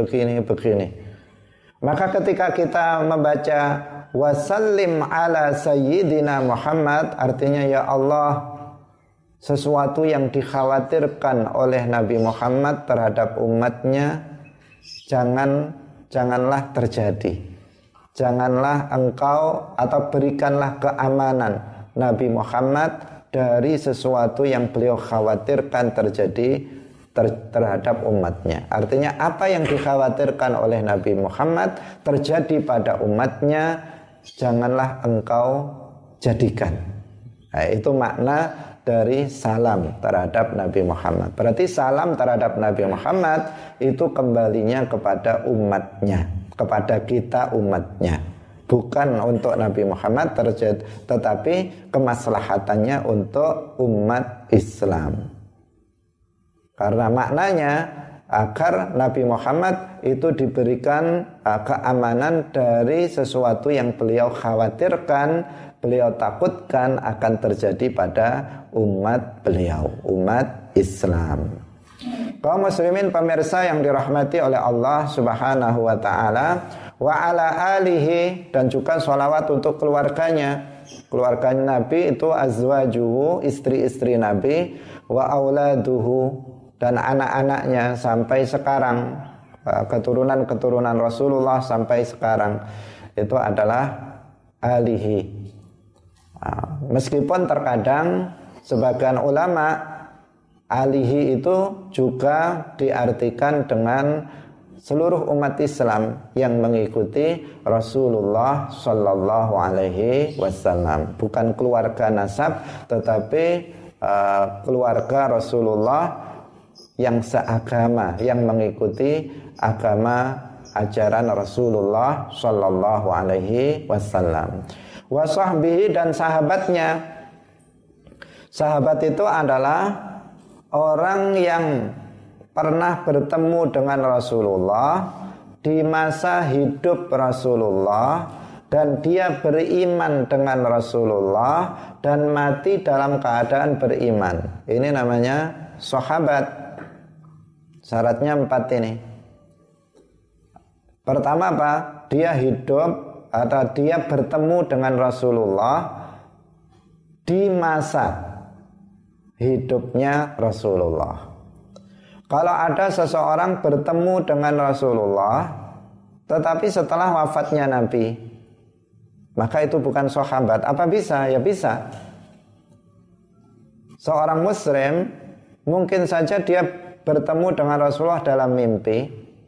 Maka ketika kita membaca wasallim ala Sayyidina Muhammad, artinya ya Allah, sesuatu yang dikhawatirkan oleh Nabi Muhammad terhadap umatnya, janganlah terjadi. Janganlah engkau atau berikanlah keamanan Nabi Muhammad dari sesuatu yang beliau khawatirkan terjadi terhadap umatnya. Artinya apa yang dikhawatirkan oleh Nabi Muhammad terjadi pada umatnya, janganlah engkau jadikan. Nah, itu makna dari salam terhadap Nabi Muhammad. Berarti salam terhadap Nabi Muhammad itu kembalinya kepada umatnya, kepada kita umatnya. Bukan untuk Nabi Muhammad tetapi kemaslahatannya untuk umat Islam. Karena maknanya agar Nabi Muhammad itu diberikan keamanan dari sesuatu yang beliau khawatirkan, beliau takutkan akan terjadi pada umat beliau, umat Islam. Kaum muslimin pemirsa yang dirahmati oleh Allah Subhanahu wa ta'ala, wa ala alihi, dan juga sholawat untuk keluarganya. Keluarganya Nabi itu azwajuhu, istri-istri Nabi, wa auladuhu, dan anak-anaknya sampai sekarang, keturunan-keturunan Rasulullah sampai sekarang, itu adalah alihi. Meskipun terkadang sebagian ulama alihi itu juga diartikan dengan seluruh umat Islam yang mengikuti Rasulullah Sallallahu Alaihi Wasallam, bukan keluarga nasab, tetapi keluarga Rasulullah yang seagama, yang mengikuti agama ajaran Rasulullah Sallallahu Alaihi Wasallam. Wa sahbihi, dan sahabatnya. Sahabat itu adalah orang yang pernah bertemu dengan Rasulullah di masa hidup Rasulullah, dan dia beriman dengan Rasulullah dan mati dalam keadaan beriman. Ini namanya sahabat. Syaratnya 4 ini. Pertama apa? Dia hidup atau dia bertemu dengan Rasulullah di masa hidupnya Rasulullah. Kalau ada seseorang bertemu dengan Rasulullah tetapi setelah wafatnya Nabi, maka itu bukan sahabat. Apa bisa? Ya bisa. Seorang muslim mungkin saja dia bertemu dengan Rasulullah dalam mimpi,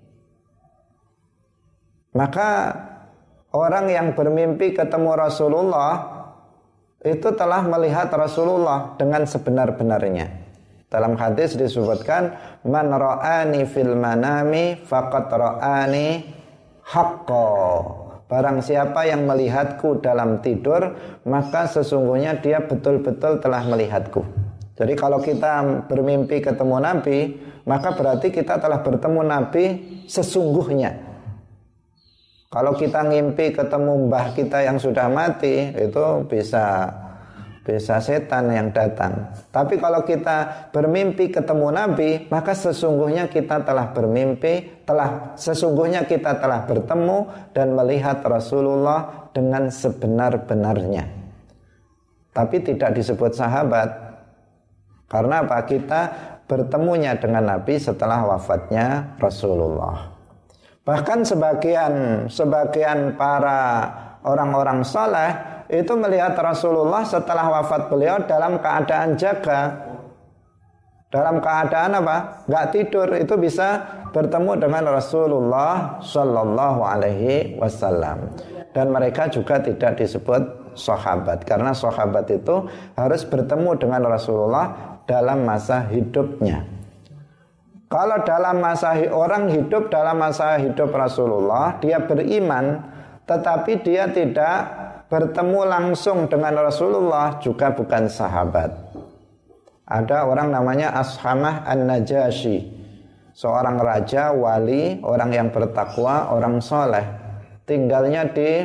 maka orang yang bermimpi ketemu Rasulullah itu telah melihat Rasulullah dengan sebenar-benarnya. Dalam hadis disebutkan, man ra'ani fil manami faqad ra'ani haqqo. Barang siapa yang melihatku dalam tidur, maka sesungguhnya dia betul-betul telah melihatku. Jadi kalau kita bermimpi ketemu Nabi, maka berarti kita telah bertemu Nabi sesungguhnya. Kalau kita ngimpi ketemu mbah kita yang sudah mati, itu bisa setan yang datang. Tapi kalau kita bermimpi ketemu Nabi, maka sesungguhnya kita telah bermimpi, sesungguhnya kita telah bertemu dan melihat Rasulullah dengan sebenar-benarnya. Tapi tidak disebut sahabat. Karena apa? Kita bertemunya dengan Nabi setelah wafatnya Rasulullah. Bahkan sebagian para orang-orang saleh itu melihat Rasulullah setelah wafat beliau dalam keadaan jaga. Dalam keadaan apa? Enggak tidur, itu bisa bertemu dengan Rasulullah Sallallahu Alaihi Wasallam. Dan mereka juga tidak disebut sahabat, karena sahabat itu harus bertemu dengan Rasulullah dalam masa hidupnya. Kalau orang hidup dalam masa hidup Rasulullah, dia beriman, tetapi dia tidak bertemu langsung dengan Rasulullah, juga bukan sahabat. Ada orang namanya Ashamah An-Najasyi, seorang raja, wali, orang yang bertakwa, orang soleh. Tinggalnya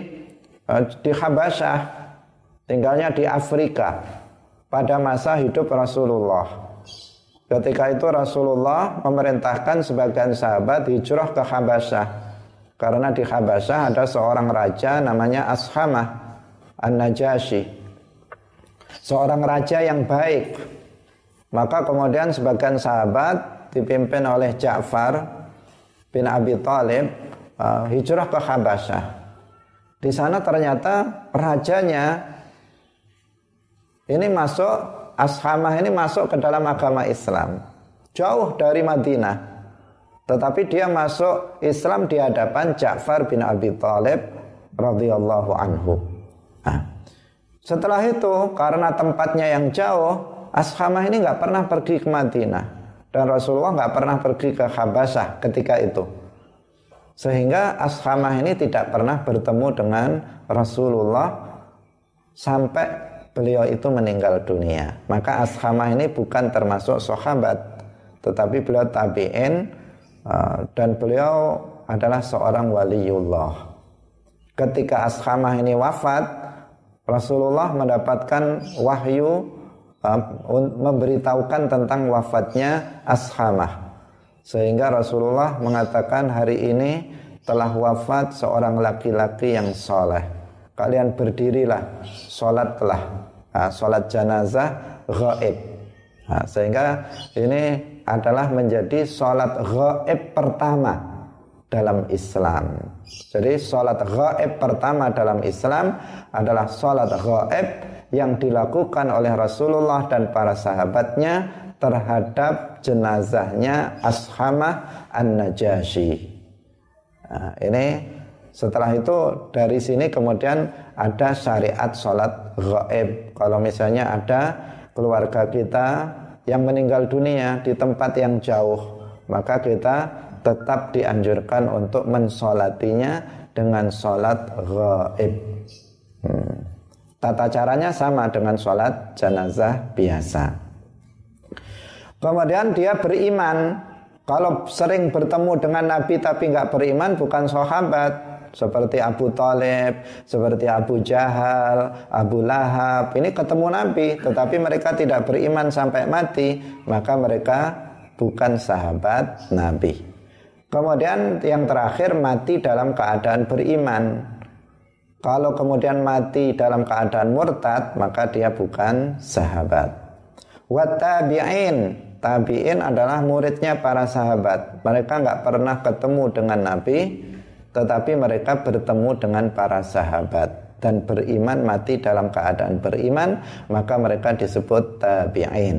di Habasyah, tinggalnya di Afrika pada masa hidup Rasulullah. Ketika itu Rasulullah memerintahkan sebagian sahabat hijrah ke Habasyah, karena di Habasyah ada seorang raja namanya Ashamah An-Najasyi, seorang raja yang baik. Maka kemudian sebagian sahabat dipimpin oleh Ja'far bin Abi Thalib hijrah ke Habasyah. Di sana ternyata rajanya ini Ashamah ini masuk ke dalam agama Islam, jauh dari Madinah, tetapi dia masuk Islam di hadapan Ja'far bin Abi Thalib radhiyallahu anhu. Setelah itu, karena tempatnya yang jauh, Ashamah ini nggak pernah pergi ke Madinah, dan Rasulullah nggak pernah pergi ke Habasyah ketika itu, sehingga Ashamah ini tidak pernah bertemu dengan Rasulullah sampai beliau itu meninggal dunia. Maka Ashamah ini bukan termasuk sahabat, tetapi beliau tabi'in, dan beliau adalah seorang waliullah. Ketika Ashamah ini wafat, Rasulullah mendapatkan wahyu memberitahukan tentang wafatnya Ashamah, sehingga Rasulullah mengatakan, hari ini telah wafat seorang laki-laki yang soleh, kalian berdirilah, sholat jenazah ghaib. Sehingga ini adalah menjadi sholat ghaib pertama dalam Islam. Jadi sholat ghaib pertama dalam Islam adalah sholat ghaib yang dilakukan oleh Rasulullah dan para sahabatnya terhadap jenazahnya Ashamah An-Najasyi. Nah, ini setelah itu dari sini kemudian ada syariat sholat ghaib. Kalau misalnya ada keluarga kita yang meninggal dunia di tempat yang jauh, maka kita tetap dianjurkan untuk mensolatinya dengan sholat ghaib. Tata caranya sama dengan sholat jenazah biasa. Kemudian dia beriman. Kalau sering bertemu dengan Nabi tapi nggak beriman, bukan sahabat. Seperti Abu Thalib, seperti Abu Jahal, Abu Lahab. Ini ketemu Nabi, tetapi mereka tidak beriman sampai mati, maka mereka bukan sahabat Nabi. Kemudian yang terakhir, mati dalam keadaan beriman. Kalau kemudian mati dalam keadaan murtad, maka dia bukan sahabat. Wattabi'in, tabi'in adalah muridnya para sahabat. Mereka nggak pernah ketemu dengan Nabi, tetapi mereka bertemu dengan para sahabat dan beriman, mati dalam keadaan beriman, maka mereka disebut tabi'in.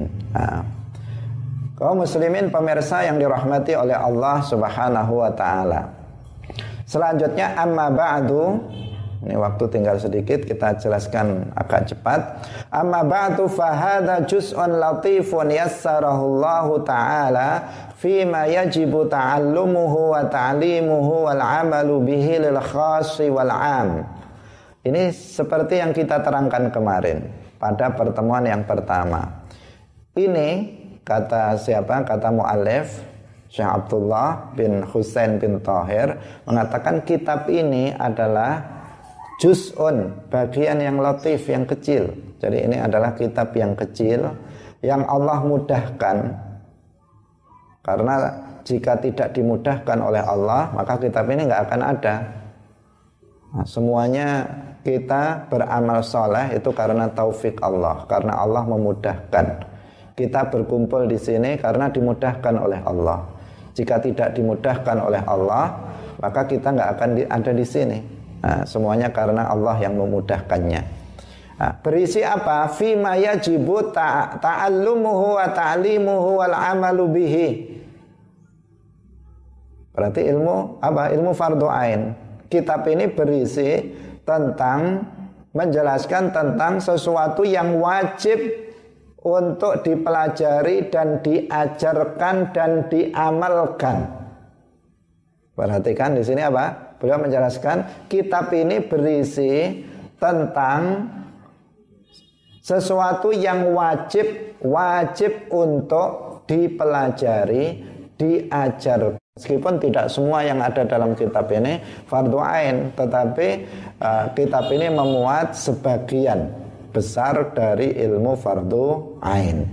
Kaum muslimin pemirsa yang dirahmati oleh Allah Subhanahu wa taala. Selanjutnya amma ba'du. Ini waktu tinggal sedikit, kita jelaskan agak cepat. Amma ba'du fa hadza juz'un latifun yassarahu Allah taala fima yajibu ta'allumuhu wa ta'limuhu wal 'amalu bihi lil khassi wal 'am. Ini seperti yang kita terangkan kemarin pada pertemuan yang pertama. Ini kata siapa? Kata mu'allif Syekh Abdullah bin Husain bin Thahir mengatakan kitab ini adalah juz'un, bagian yang latif, yang kecil. Jadi ini adalah kitab yang kecil yang Allah mudahkan. Karena jika tidak dimudahkan oleh Allah, maka kitab ini nggak akan ada. Nah, semuanya kita beramal soleh itu karena taufik Allah, karena Allah memudahkan. Kita berkumpul di sini karena dimudahkan oleh Allah. Jika tidak dimudahkan oleh Allah, maka kita nggak akan ada di sini. Nah, semuanya karena Allah yang memudahkannya. Nah, berisi apa? Fima yajibu ta'allumuhu wa ta'limuhu wal 'amalu bihi. Berarti ilmu apa? Ilmu fardhu ain. Kitab ini berisi tentang menjelaskan tentang sesuatu yang wajib untuk dipelajari dan diajarkan dan diamalkan. Perhatikan di sini apa? Beliau menjelaskan kitab ini berisi tentang sesuatu yang wajib untuk dipelajari, diajarkan. Meskipun tidak semua yang ada dalam kitab ini fardhu ain, tetapi kitab ini memuat sebagian besar dari ilmu fardhu ain.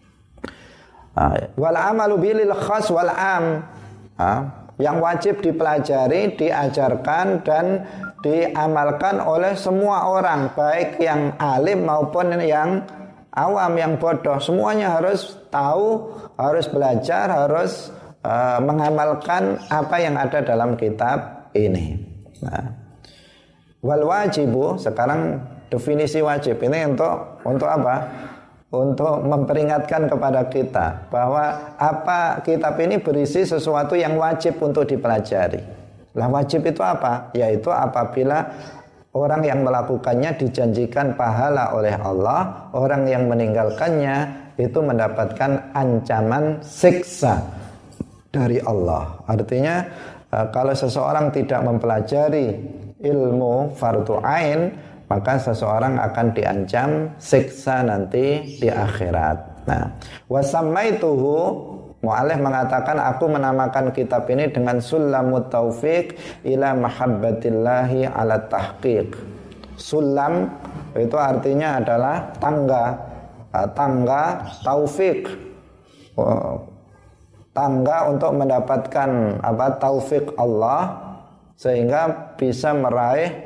Wal amalu bil khas wal am. Yang wajib dipelajari, diajarkan dan diamalkan oleh semua orang, baik yang alim maupun yang awam, yang bodoh. Semuanya harus tahu, harus belajar, harus mengamalkan apa yang ada dalam kitab ini. Wal wajibu, sekarang definisi wajib ini untuk apa? Untuk memperingatkan kepada kita bahwa apa kitab ini berisi sesuatu yang wajib untuk dipelajari. Lah wajib itu apa? Yaitu apabila orang yang melakukannya dijanjikan pahala oleh Allah, orang yang meninggalkannya itu mendapatkan ancaman siksa dari Allah. Artinya kalau seseorang tidak mempelajari ilmu fardhu ain, maka seseorang akan diancam siksa nanti di akhirat. Nah, wasammaituhu, mu'allif mengatakan aku menamakan kitab ini dengan Sulamut Taufiq ila mahabbatillahi ala tahqiq. Sulam itu artinya adalah tangga taufik. Tangga untuk mendapatkan taufik Allah sehingga bisa meraih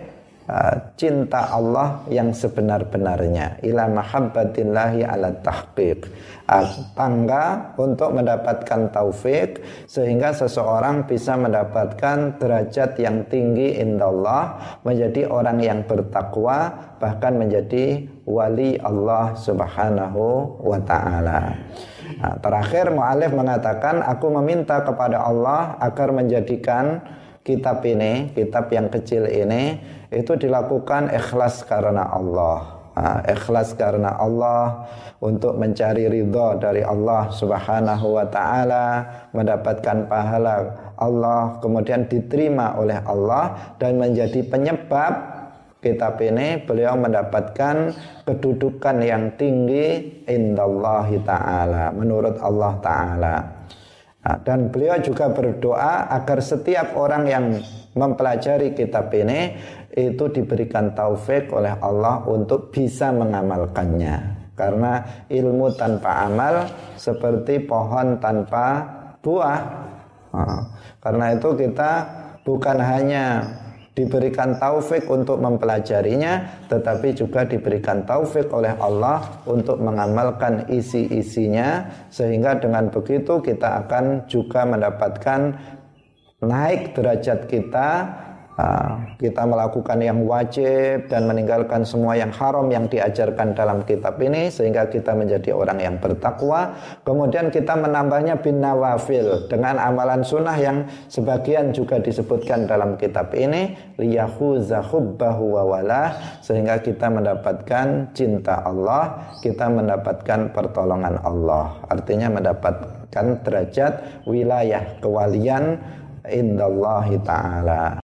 cinta Allah yang sebenar-benarnya, ila mahabbatillahi ala tahqiq, tangga untuk mendapatkan taufik sehingga seseorang bisa mendapatkan derajat yang tinggi indallah, menjadi orang yang bertakwa, bahkan menjadi wali Allah Subhanahu wa ta'ala. Terakhir mu'alif mengatakan, aku meminta kepada Allah agar menjadikan kitab ini, kitab yang kecil ini, itu dilakukan ikhlas karena Allah. Ikhlas karena Allah, untuk mencari ridha dari Allah Subhanahu wa ta'ala, mendapatkan pahala Allah, kemudian diterima oleh Allah, dan menjadi penyebab kitab ini beliau mendapatkan kedudukan yang tinggi indallahi ta'ala, menurut Allah ta'ala. Dan beliau juga berdoa agar setiap orang yang mempelajari kitab ini itu diberikan taufik oleh Allah untuk bisa mengamalkannya. Karena ilmu tanpa amal seperti pohon tanpa buah. Karena itu kita bukan hanya diberikan taufik untuk mempelajarinya, tetapi juga diberikan taufik oleh Allah untuk mengamalkan isi-isinya, sehingga dengan begitu kita akan juga mendapatkan naik derajat kita. Kita melakukan yang wajib dan meninggalkan semua yang haram yang diajarkan dalam kitab ini, sehingga kita menjadi orang yang bertakwa. Kemudian kita menambahnya bin nawafil, dengan amalan sunnah yang sebagian juga disebutkan dalam kitab ini, liyahuza hubbahu wa walah, sehingga kita mendapatkan cinta Allah, kita mendapatkan pertolongan Allah, artinya mendapatkan derajat wilayah kewalian indallahi ta'ala.